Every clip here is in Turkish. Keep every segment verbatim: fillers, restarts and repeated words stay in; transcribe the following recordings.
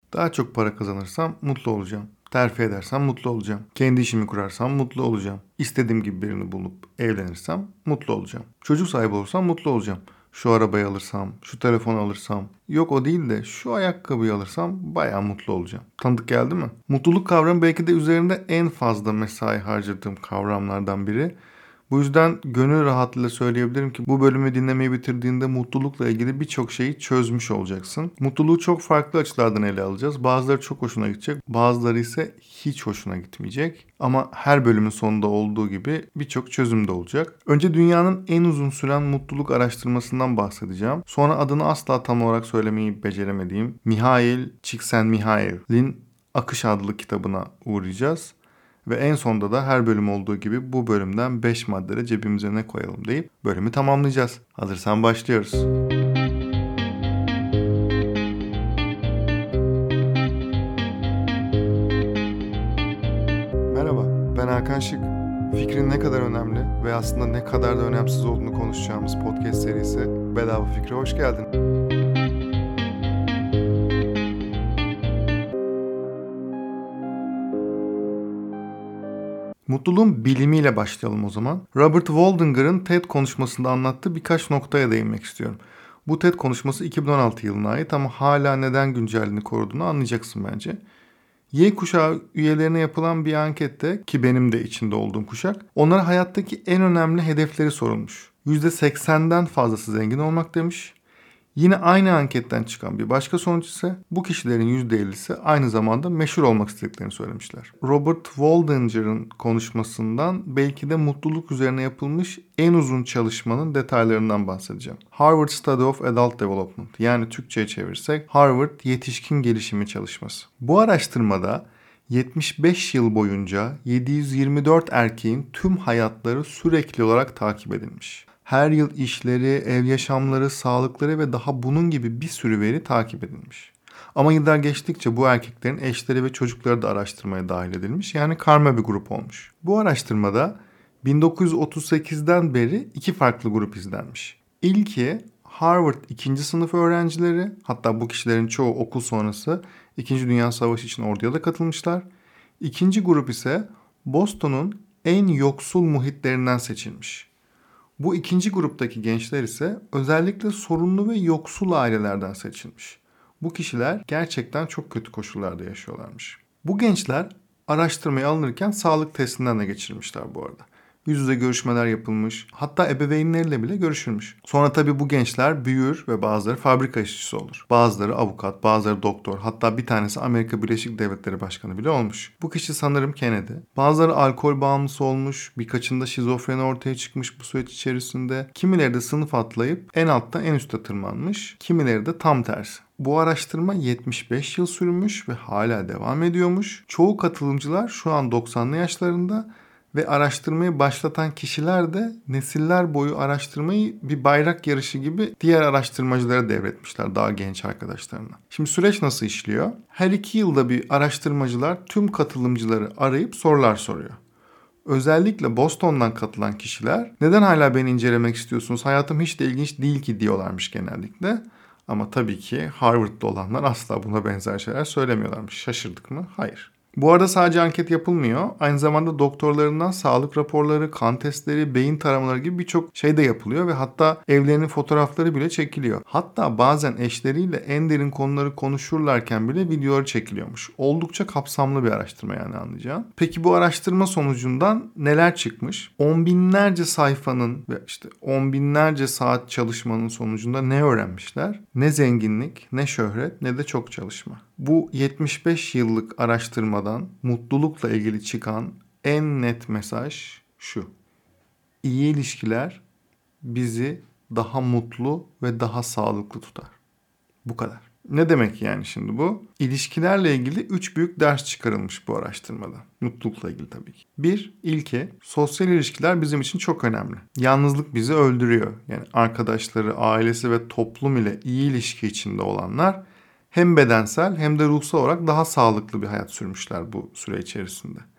Daha çok para kazanırsam mutlu olacağım. Terfi edersem mutlu olacağım. Kendi işimi kurarsam mutlu olacağım. İstediğim gibi birini bulup evlenirsem mutlu olacağım. Çocuk sahibi olursam mutlu olacağım. Şu arabayı alırsam, şu telefonu alırsam, yok o değil de şu ayakkabıyı alırsam bayağı mutlu olacağım. Tanıdık geldi mi? Mutluluk kavramı belki de üzerinde en fazla mesai harcadığım kavramlardan biri. Bu yüzden gönül rahatlığıyla söyleyebilirim ki bu bölümü dinlemeyi bitirdiğinde mutlulukla ilgili birçok şeyi çözmüş olacaksın. Mutluluğu çok farklı açılardan ele alacağız. Bazıları çok hoşuna gidecek, bazıları ise hiç hoşuna gitmeyecek. Ama her bölümün sonunda olduğu gibi birçok çözüm de olacak. Önce dünyanın en uzun süren mutluluk araştırmasından bahsedeceğim. Sonra adını asla tam olarak söylemeyi beceremediğim Mihail Csikszentmihalyi'nin Akış adlı kitabına uğrayacağız. Ve en sonda da her bölüm olduğu gibi bu bölümden beş maddede cebimize ne koyalım deyip bölümü tamamlayacağız. Hazırsan başlıyoruz. Merhaba, ben Hakan Şık. Fikrin ne kadar önemli ve aslında ne kadar da önemsiz olduğunu konuşacağımız podcast serisi Bedava Fikre hoş geldin. Mutluluğun bilimiyle başlayalım o zaman. Robert Waldinger'ın TED konuşmasında anlattığı birkaç noktaya değinmek istiyorum. Bu TED konuşması iki bin on altı yılına ait ama hala neden güncelliğini koruduğunu anlayacaksın bence. Y kuşağı üyelerine yapılan bir ankette, ki benim de içinde olduğum kuşak, onlara hayattaki en önemli hedefleri sorulmuş. yüzde seksenden fazlası zengin olmak demiş. Yine aynı anketten çıkan bir başka sonuç ise bu kişilerin yüzde ellisi aynı zamanda meşhur olmak istediklerini söylemişler. Robert Waldinger'ın konuşmasından belki de mutluluk üzerine yapılmış en uzun çalışmanın detaylarından bahsedeceğim. Harvard Study of Adult Development, yani Türkçe'ye çevirsek Harvard Yetişkin Gelişimi Çalışması. Bu araştırmada yetmiş beş yıl boyunca yedi yüz yirmi dört erkeğin tüm hayatları sürekli olarak takip edilmiş. Her yıl işleri, ev yaşamları, sağlıkları ve daha bunun gibi bir sürü veri takip edilmiş. Ama yıllar geçtikçe bu erkeklerin eşleri ve çocukları da araştırmaya dahil edilmiş. Yani karma bir grup olmuş. Bu araştırmada bin dokuz yüz otuz sekizden beri iki farklı grup izlenmiş. İlki Harvard ikinci sınıf öğrencileri, hatta bu kişilerin çoğu okul sonrası İkinci Dünya Savaşı için orduya da katılmışlar. İkinci grup ise Boston'un en yoksul muhitlerinden seçilmiş. Bu ikinci gruptaki gençler ise özellikle sorunlu ve yoksul ailelerden seçilmiş. Bu kişiler gerçekten çok kötü koşullarda yaşıyorlarmış. Bu gençler araştırmaya alınırken sağlık testinden de geçirilmişler bu arada. Yüz yüze görüşmeler yapılmış, hatta ebeveynleriyle bile görüşülmüş. Sonra tabii bu gençler büyür ve bazıları fabrika işçisi olur. Bazıları avukat, bazıları doktor, hatta bir tanesi Amerika Birleşik Devletleri Başkanı bile olmuş. Bu kişi sanırım Kennedy. Bazıları alkol bağımlısı olmuş, birkaçında şizofreni ortaya çıkmış bu süreç içerisinde. Kimileri de sınıf atlayıp en alttan en üste tırmanmış, kimileri de tam tersi. Bu araştırma yetmiş beş yıl sürmüş ve hala devam ediyormuş. Çoğu katılımcılar şu an doksanlı yaşlarında. Ve araştırmayı başlatan kişiler de nesiller boyu araştırmayı bir bayrak yarışı gibi diğer araştırmacılara devretmişler, daha genç arkadaşlarına. Şimdi süreç nasıl işliyor? Her iki yılda bir araştırmacılar tüm katılımcıları arayıp sorular soruyor. Özellikle Boston'dan katılan kişiler neden hala beni incelemek istiyorsunuz, hayatım hiç de ilginç değil ki diyorlarmış genellikle. Ama tabii ki Harvard'da olanlar asla buna benzer şeyler söylemiyorlarmış. Şaşırdık mı? Hayır. Bu arada sadece anket yapılmıyor. Aynı zamanda doktorlarından sağlık raporları, kan testleri, beyin taramaları gibi birçok şey de yapılıyor ve hatta evlerinin fotoğrafları bile çekiliyor. Hatta bazen eşleriyle en derin konuları konuşurlarken bile videoları çekiliyormuş. Oldukça kapsamlı bir araştırma yani, anlayacağın. Peki bu araştırma sonucundan neler çıkmış? On binlerce sayfanın ve işte on binlerce saat çalışmanın sonucunda ne öğrenmişler? Ne zenginlik, ne şöhret, ne de çok çalışma. Bu yetmiş beş yıllık araştırmadan mutlulukla ilgili çıkan en net mesaj şu: İyi ilişkiler bizi daha mutlu ve daha sağlıklı tutar. Bu kadar. Ne demek yani şimdi bu? İlişkilerle ilgili üç büyük ders çıkarılmış bu araştırmada. Mutlulukla ilgili tabii ki. Bir, ilki, sosyal ilişkiler bizim için çok önemli. Yalnızlık bizi öldürüyor. Yani arkadaşları, ailesi ve toplum ile iyi ilişki içinde olanlar hem bedensel hem de ruhsal olarak daha sağlıklı bir hayat sürmüşler bu süre içerisinde.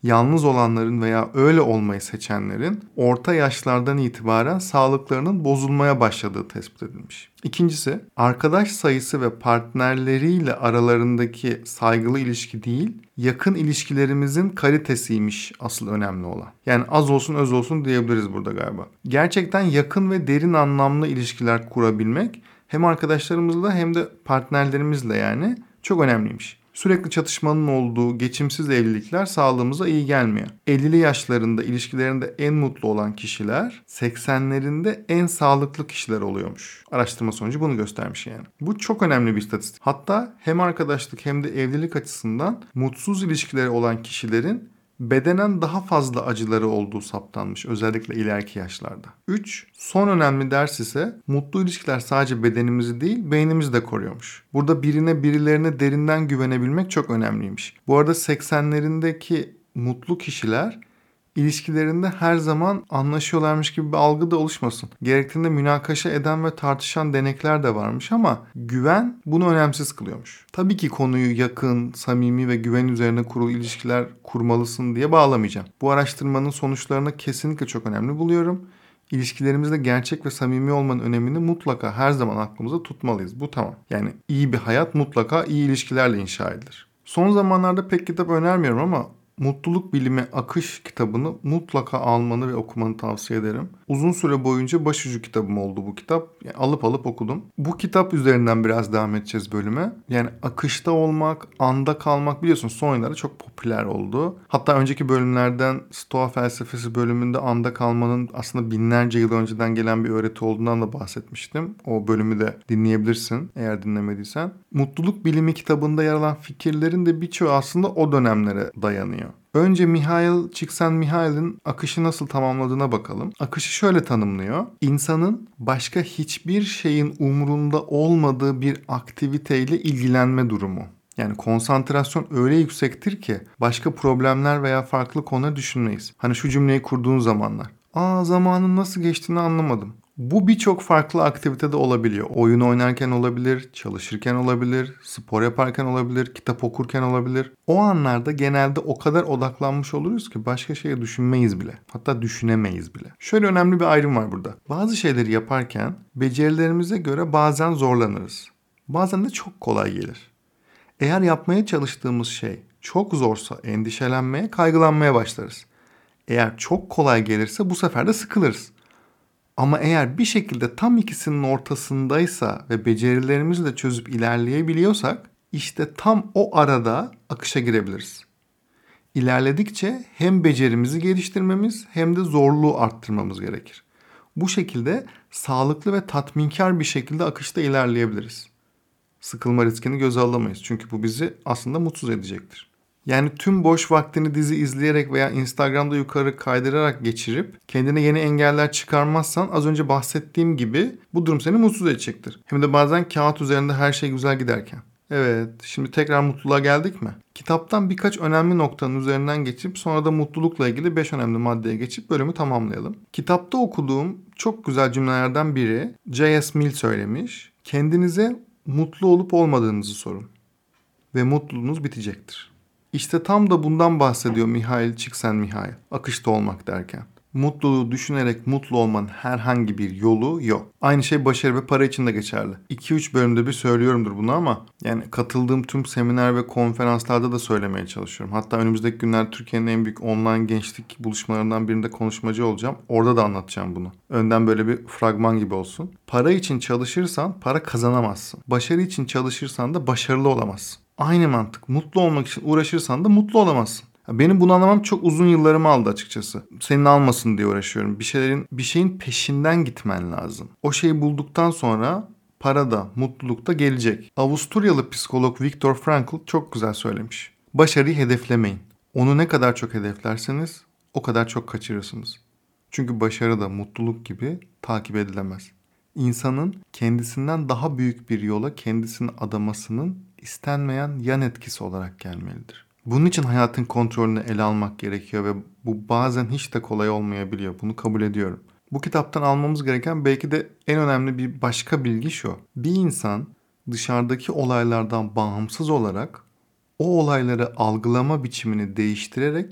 Yalnız olanların veya öyle olmayı seçenlerin orta yaşlardan itibaren sağlıklarının bozulmaya başladığı tespit edilmiş. İkincisi, arkadaş sayısı ve partnerleriyle aralarındaki saygılı ilişki değil, yakın ilişkilerimizin kalitesiymiş asıl önemli olan. Yani az olsun öz olsun diyebiliriz burada galiba. Gerçekten yakın ve derin anlamlı ilişkiler kurabilmek hem arkadaşlarımızla hem de partnerlerimizle yani çok önemliymiş. Sürekli çatışmanın olduğu geçimsiz evlilikler sağlığımıza iyi gelmiyor. ellili yaşlarında ilişkilerinde en mutlu olan kişiler seksenlerinde en sağlıklı kişiler oluyormuş. Araştırma sonucu bunu göstermiş yani. Bu çok önemli bir istatistik. Hatta hem arkadaşlık hem de evlilik açısından mutsuz ilişkileri olan kişilerin bedenen daha fazla acıları olduğu saptanmış özellikle ileriki yaşlarda. üç. Son önemli ders ise mutlu ilişkiler sadece bedenimizi değil beynimizi de koruyormuş. Burada birine birilerine derinden güvenebilmek çok önemliymiş. Bu arada seksenlerindeki mutlu kişiler İlişkilerinde her zaman anlaşıyorlarmış gibi bir algı da oluşmasın. Gerektiğinde münakaşa eden ve tartışan denekler de varmış ama güven bunu önemsiz kılıyormuş. Tabii ki konuyu yakın, samimi ve güven üzerine kurulu ilişkiler kurmalısın diye bağlamayacağım. Bu araştırmanın sonuçlarını kesinlikle çok önemli buluyorum. İlişkilerimizde gerçek ve samimi olmanın önemini mutlaka her zaman aklımızda tutmalıyız. Bu tamam. Yani iyi bir hayat mutlaka iyi ilişkilerle inşa edilir. Son zamanlarda pek kitap önermiyorum ama Mutluluk Bilimi Akış kitabını mutlaka almanı ve okumanı tavsiye ederim. Uzun süre boyunca başucu kitabım oldu bu kitap. Yani alıp alıp okudum. Bu kitap üzerinden biraz devam edeceğiz bölüme. Yani akışta olmak, anda kalmak biliyorsun son yıllarda çok popüler oldu. Hatta önceki bölümlerden Stoa felsefesi bölümünde anda kalmanın aslında binlerce yıl önceden gelen bir öğreti olduğundan da bahsetmiştim. O bölümü de dinleyebilirsin eğer dinlemediysen. Mutluluk Bilimi kitabında yer alan fikirlerin de birçoğu aslında o dönemlere dayanıyor. Önce Mihail Csikszentmihalyi'nin akışı nasıl tamamladığına bakalım. Akışı şöyle tanımlıyor. İnsanın başka hiçbir şeyin umrunda olmadığı bir aktiviteyle ilgilenme durumu. Yani konsantrasyon öyle yüksektir ki başka problemler veya farklı konuları düşünmeyiz. Hani şu cümleyi kurduğun zamanlar. Aa zamanın nasıl geçtiğini anlamadım. Bu birçok farklı aktivitede olabiliyor. Oyun oynarken olabilir, çalışırken olabilir, spor yaparken olabilir, kitap okurken olabilir. O anlarda genelde o kadar odaklanmış oluruz ki başka şeyi düşünmeyiz bile. Hatta düşünemeyiz bile. Şöyle önemli bir ayrım var burada. Bazı şeyleri yaparken becerilerimize göre bazen zorlanırız. Bazen de çok kolay gelir. Eğer yapmaya çalıştığımız şey çok zorsa endişelenmeye, kaygılanmaya başlarız. Eğer çok kolay gelirse bu sefer de sıkılırız. Ama eğer bir şekilde tam ikisinin ortasındaysa ve becerilerimizi de çözüp ilerleyebiliyorsak işte tam o arada akışa girebiliriz. İlerledikçe hem becerimizi geliştirmemiz hem de zorluğu arttırmamız gerekir. Bu şekilde sağlıklı ve tatminkar bir şekilde akışta ilerleyebiliriz. Sıkılma riskini göze alamayız çünkü bu bizi aslında mutsuz edecektir. Yani tüm boş vaktini dizi izleyerek veya Instagram'da yukarı kaydırarak geçirip kendine yeni engeller çıkarmazsan az önce bahsettiğim gibi bu durum seni mutsuz edecektir. Hem de bazen kağıt üzerinde her şey güzel giderken. Evet, şimdi tekrar mutluluğa geldik mi? Kitaptan birkaç önemli noktanın üzerinden geçip sonra da mutlulukla ilgili beş önemli maddeye geçip bölümü tamamlayalım. Kitapta okuduğum çok güzel cümlelerden biri J S Mill söylemiş. Kendinize mutlu olup olmadığınızı sorun ve mutluluğunuz bitecektir. İşte tam da bundan bahsediyor Mihail Csikszentmihalyi akışta olmak derken. Mutluluğu düşünerek mutlu olmanın herhangi bir yolu yok. Aynı şey başarı ve para için de geçerli. iki üç bölümde bir söylüyorumdur bunu ama yani katıldığım tüm seminer ve konferanslarda da söylemeye çalışıyorum. Hatta önümüzdeki günler Türkiye'nin en büyük online gençlik buluşmalarından birinde konuşmacı olacağım. Orada da anlatacağım bunu. Önden böyle bir fragman gibi olsun. Para için çalışırsan para kazanamazsın. Başarı için çalışırsan da başarılı olamazsın. Aynı mantık. Mutlu olmak için uğraşırsan da mutlu olamazsın. Benim bunu anlamam çok uzun yıllarımı aldı açıkçası. Senin almasın diye uğraşıyorum. Bir şeylerin, bir şeyin peşinden gitmen lazım. O şeyi bulduktan sonra para da, mutluluk da gelecek. Avusturyalı psikolog Viktor Frankl çok güzel söylemiş. Başarıyı hedeflemeyin. Onu ne kadar çok hedeflerseniz o kadar çok kaçırırsınız. Çünkü başarı da mutluluk gibi takip edilemez. İnsanın kendisinden daha büyük bir yola kendisini adamasının istenmeyen yan etkisi olarak gelmelidir. Bunun için hayatın kontrolünü ele almak gerekiyor ve bu bazen hiç de kolay olmayabiliyor. Bunu kabul ediyorum. Bu kitaptan almamız gereken belki de en önemli bir başka bilgi şu. Bir insan dışarıdaki olaylardan bağımsız olarak o olayları algılama biçimini değiştirerek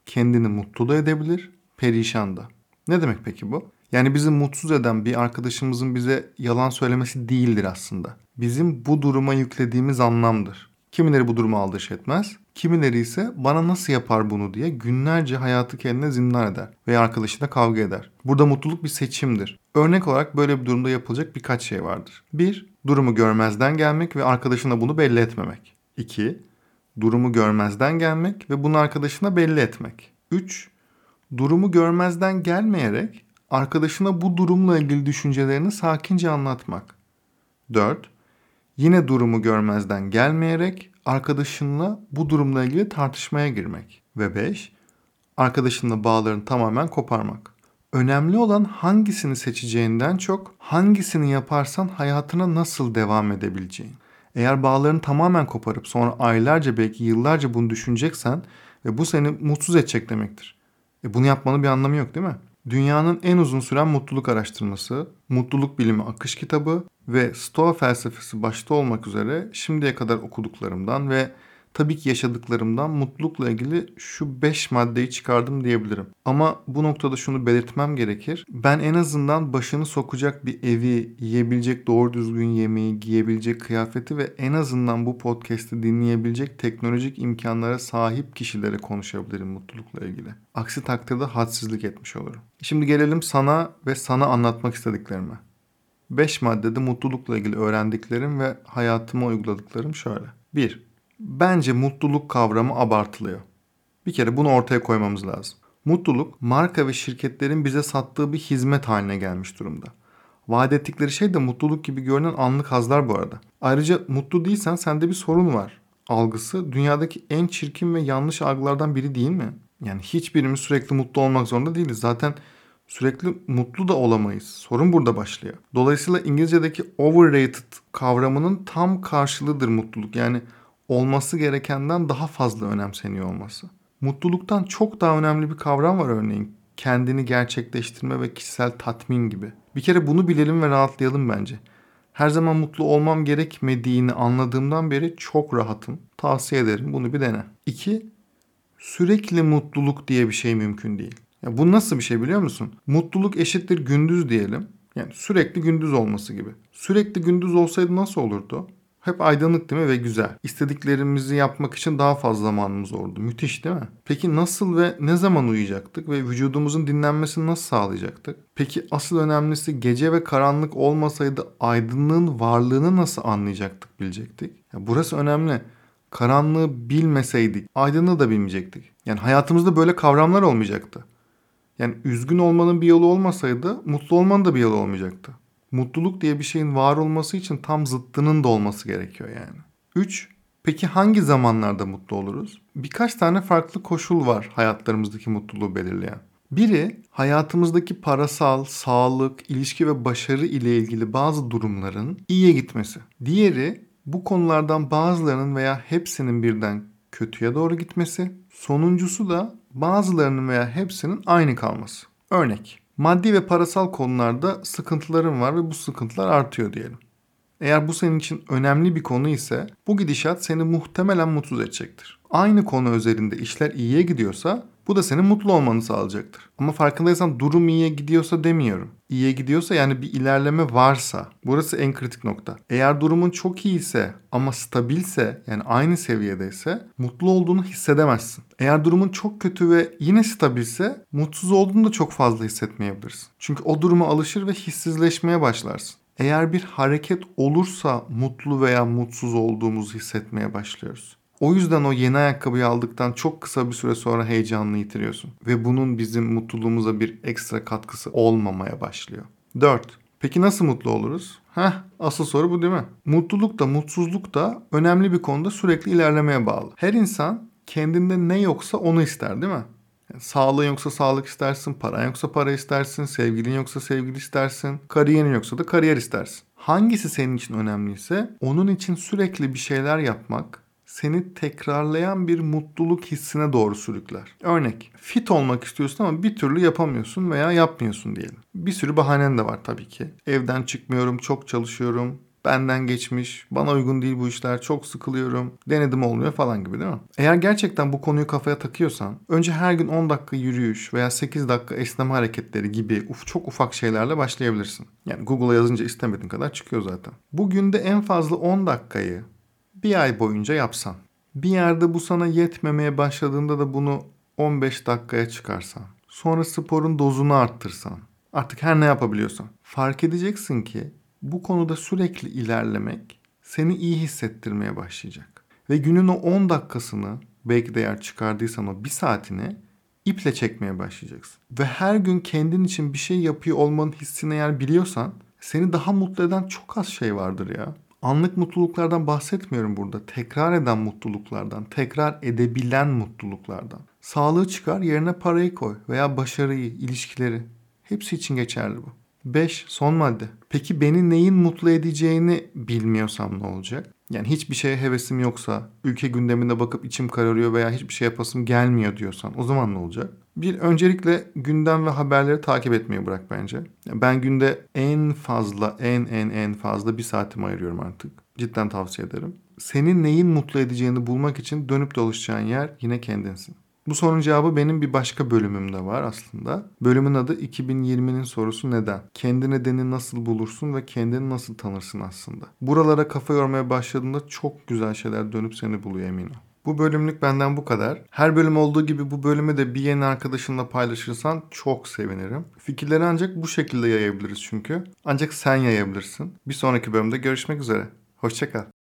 kendini mutlu da edebilir, perişan da. Ne demek peki bu? Yani bizi mutsuz eden bir arkadaşımızın bize yalan söylemesi değildir aslında. Bizim bu duruma yüklediğimiz anlamdır. Kimileri bu duruma aldırış etmez, kimileri ise bana nasıl yapar bunu diye günlerce hayatı kendine zindan eder veya arkadaşıyla kavga eder. Burada mutluluk bir seçimdir. Örnek olarak böyle bir durumda yapılacak birkaç şey vardır. bir. Durumu görmezden gelmek ve arkadaşına bunu belli etmemek. iki. Durumu görmezden gelmek ve bunu arkadaşına belli etmek. üç. Durumu görmezden gelmeyerek arkadaşına bu durumla ilgili düşüncelerini sakince anlatmak. dört. Yine durumu görmezden gelmeyerek arkadaşınla bu durumla ilgili tartışmaya girmek. Ve beş. Arkadaşınla bağlarını tamamen koparmak. Önemli olan hangisini seçeceğinden çok hangisini yaparsan hayatına nasıl devam edebileceğin. Eğer bağlarını tamamen koparıp sonra aylarca belki yıllarca bunu düşüneceksen ve bu seni mutsuz edecek demektir. E bunu yapmanın bir anlamı yok değil mi? Dünyanın en uzun süren mutluluk araştırması, Mutluluk Bilimi Akış Kitabı ve Stoa felsefesi başta olmak üzere şimdiye kadar okuduklarımdan ve tabii ki yaşadıklarımdan mutlulukla ilgili şu beş maddeyi çıkardım diyebilirim. Ama bu noktada şunu belirtmem gerekir. Ben en azından başını sokacak bir evi, yiyebilecek doğru düzgün yemeği, giyebilecek kıyafeti ve en azından bu podcast'i dinleyebilecek teknolojik imkanlara sahip kişilere konuşabilirim mutlulukla ilgili. Aksi takdirde hadsizlik etmiş olurum. Şimdi gelelim sana ve sana anlatmak istediklerime. beş maddede mutlulukla ilgili öğrendiklerim ve hayatıma uyguladıklarım şöyle. bir. Bence mutluluk kavramı abartılıyor. Bir kere bunu ortaya koymamız lazım. Mutluluk, marka ve şirketlerin bize sattığı bir hizmet haline gelmiş durumda. Vaat ettikleri şey de mutluluk gibi görünen anlık hazlar bu arada. Ayrıca mutlu değilsen sende bir sorun var algısı dünyadaki en çirkin ve yanlış algılardan biri değil mi? Yani hiçbirimiz sürekli mutlu olmak zorunda değiliz. Zaten sürekli mutlu da olamayız. Sorun burada başlıyor. Dolayısıyla İngilizce'deki overrated kavramının tam karşılığıdır mutluluk. Yani olması gerekenden daha fazla önemseniyor olması. Mutluluktan çok daha önemli bir kavram var örneğin. Kendini gerçekleştirme ve kişisel tatmin gibi. Bir kere bunu bilelim ve rahatlayalım bence. Her zaman mutlu olmam gerekmediğini anladığımdan beri çok rahatım. Tavsiye ederim, bunu bir dene. İki, sürekli mutluluk diye bir şey mümkün değil. Ya bu nasıl bir şey biliyor musun? Mutluluk eşittir gündüz diyelim. Yani sürekli gündüz olması gibi. Sürekli gündüz olsaydı nasıl olurdu? Hep aydınlık değil mi ve güzel. İstediklerimizi yapmak için daha fazla zamanımız olurdu. Müthiş değil mi? Peki nasıl ve ne zaman uyuyacaktık ve vücudumuzun dinlenmesini nasıl sağlayacaktık? Peki asıl önemlisi gece ve karanlık olmasaydı aydınlığın varlığını nasıl anlayacaktık, bilecektik? Ya burası önemli. Karanlığı bilmeseydik aydınlığı da bilmeyecektik. Yani hayatımızda böyle kavramlar olmayacaktı. Yani üzgün olmanın bir yolu olmasaydı mutlu olmanın da bir yolu olmayacaktı. Mutluluk diye bir şeyin var olması için tam zıttının da olması gerekiyor yani. üç. Peki hangi zamanlarda mutlu oluruz? Birkaç tane farklı koşul var hayatlarımızdaki mutluluğu belirleyen. Biri hayatımızdaki parasal, sağlık, ilişki ve başarı ile ilgili bazı durumların iyiye gitmesi. Diğeri bu konulardan bazılarının veya hepsinin birden kötüye doğru gitmesi. Sonuncusu da bazılarının veya hepsinin aynı kalması. Örnek, maddi ve parasal konularda sıkıntıların var ve bu sıkıntılar artıyor diyelim. Eğer bu senin için önemli bir konu ise bu gidişat seni muhtemelen mutsuz edecektir. Aynı konu üzerinde işler iyiye gidiyorsa bu da senin mutlu olmanı sağlayacaktır. Ama farkındaysan durum iyiye gidiyorsa demiyorum. İyiye gidiyorsa yani bir ilerleme varsa, burası en kritik nokta. Eğer durumun çok iyiyse ama stabilse yani aynı seviyedeyse mutlu olduğunu hissedemezsin. Eğer durumun çok kötü ve yine stabilse mutsuz olduğunu da çok fazla hissetmeyebilirsin. Çünkü o duruma alışır ve hissizleşmeye başlarsın. Eğer bir hareket olursa mutlu veya mutsuz olduğumuzu hissetmeye başlıyoruz. O yüzden o yeni ayakkabıyı aldıktan çok kısa bir süre sonra heyecanını yitiriyorsun. Ve bunun bizim mutluluğumuza bir ekstra katkısı olmamaya başlıyor. dört. Peki nasıl mutlu oluruz? Heh, asıl soru bu değil mi? Mutluluk da mutsuzluk da önemli bir konuda sürekli ilerlemeye bağlı. Her insan kendinde ne yoksa onu ister değil mi? Yani sağlığın yoksa sağlık istersin, paran yoksa para istersin, sevgilin yoksa sevgili istersin, kariyerin yoksa da kariyer istersin. Hangisi senin için önemliyse onun için sürekli bir şeyler yapmak seni tekrarlayan bir mutluluk hissine doğru sürükler. Örnek, fit olmak istiyorsun ama bir türlü yapamıyorsun veya yapmıyorsun diyelim. Bir sürü bahanen de var tabii ki. Evden çıkmıyorum, çok çalışıyorum, benden geçmiş, bana uygun değil bu işler, çok sıkılıyorum, denedim olmuyor falan gibi değil mi? Eğer gerçekten bu konuyu kafaya takıyorsan önce her gün on dakika yürüyüş veya sekiz dakika esneme hareketleri gibi uf, çok ufak şeylerle başlayabilirsin. Yani Google'a yazınca istemediğin kadar çıkıyor zaten. Bugün de en fazla on dakikayı bir ay boyunca yapsan. Bir yerde bu sana yetmemeye başladığında da bunu on beş dakikaya çıkarsan. Sonra sporun dozunu arttırsan. Artık her ne yapabiliyorsan. Fark edeceksin ki bu konuda sürekli ilerlemek seni iyi hissettirmeye başlayacak. Ve günün o on dakikasını, belki de eğer çıkardıysan o bir saatini iple çekmeye başlayacaksın. Ve her gün kendin için bir şey yapıyor olmanın hissini eğer biliyorsan seni daha mutlu eden çok az şey vardır ya. Anlık mutluluklardan bahsetmiyorum burada. Tekrar eden mutluluklardan, tekrar edebilen mutluluklardan. Sağlığı çıkar, yerine parayı koy veya başarıyı, ilişkileri. Hepsi için geçerli bu. beş. Son madde. Peki beni neyin mutlu edeceğini bilmiyorsam ne olacak? Yani hiçbir şeye hevesim yoksa, ülke gündemine bakıp içim kararıyor veya hiçbir şey yapasım gelmiyor diyorsan o zaman ne olacak? Bir, öncelikle gündem ve haberleri takip etmeyi bırak bence. Ben günde en fazla, en en en fazla bir saatimi ayırıyorum artık. Cidden tavsiye ederim. Senin neyin mutlu edeceğini bulmak için dönüp dolaşacağın yer yine kendinsin. Bu sorunun cevabı benim bir başka bölümümde var aslında. Bölümün adı iki bin yirminin sorusu neden? Kendi nedeni nasıl bulursun ve kendini nasıl tanırsın aslında? Buralara kafa yormaya başladığında çok güzel şeyler dönüp seni buluyor eminim. Bu bölümlük benden bu kadar. Her bölüm olduğu gibi bu bölümü de bir yeni arkadaşınla paylaşırsan çok sevinirim. Fikirleri ancak bu şekilde yayabiliriz çünkü. Ancak sen yayabilirsin. Bir sonraki bölümde görüşmek üzere. Hoşça kal.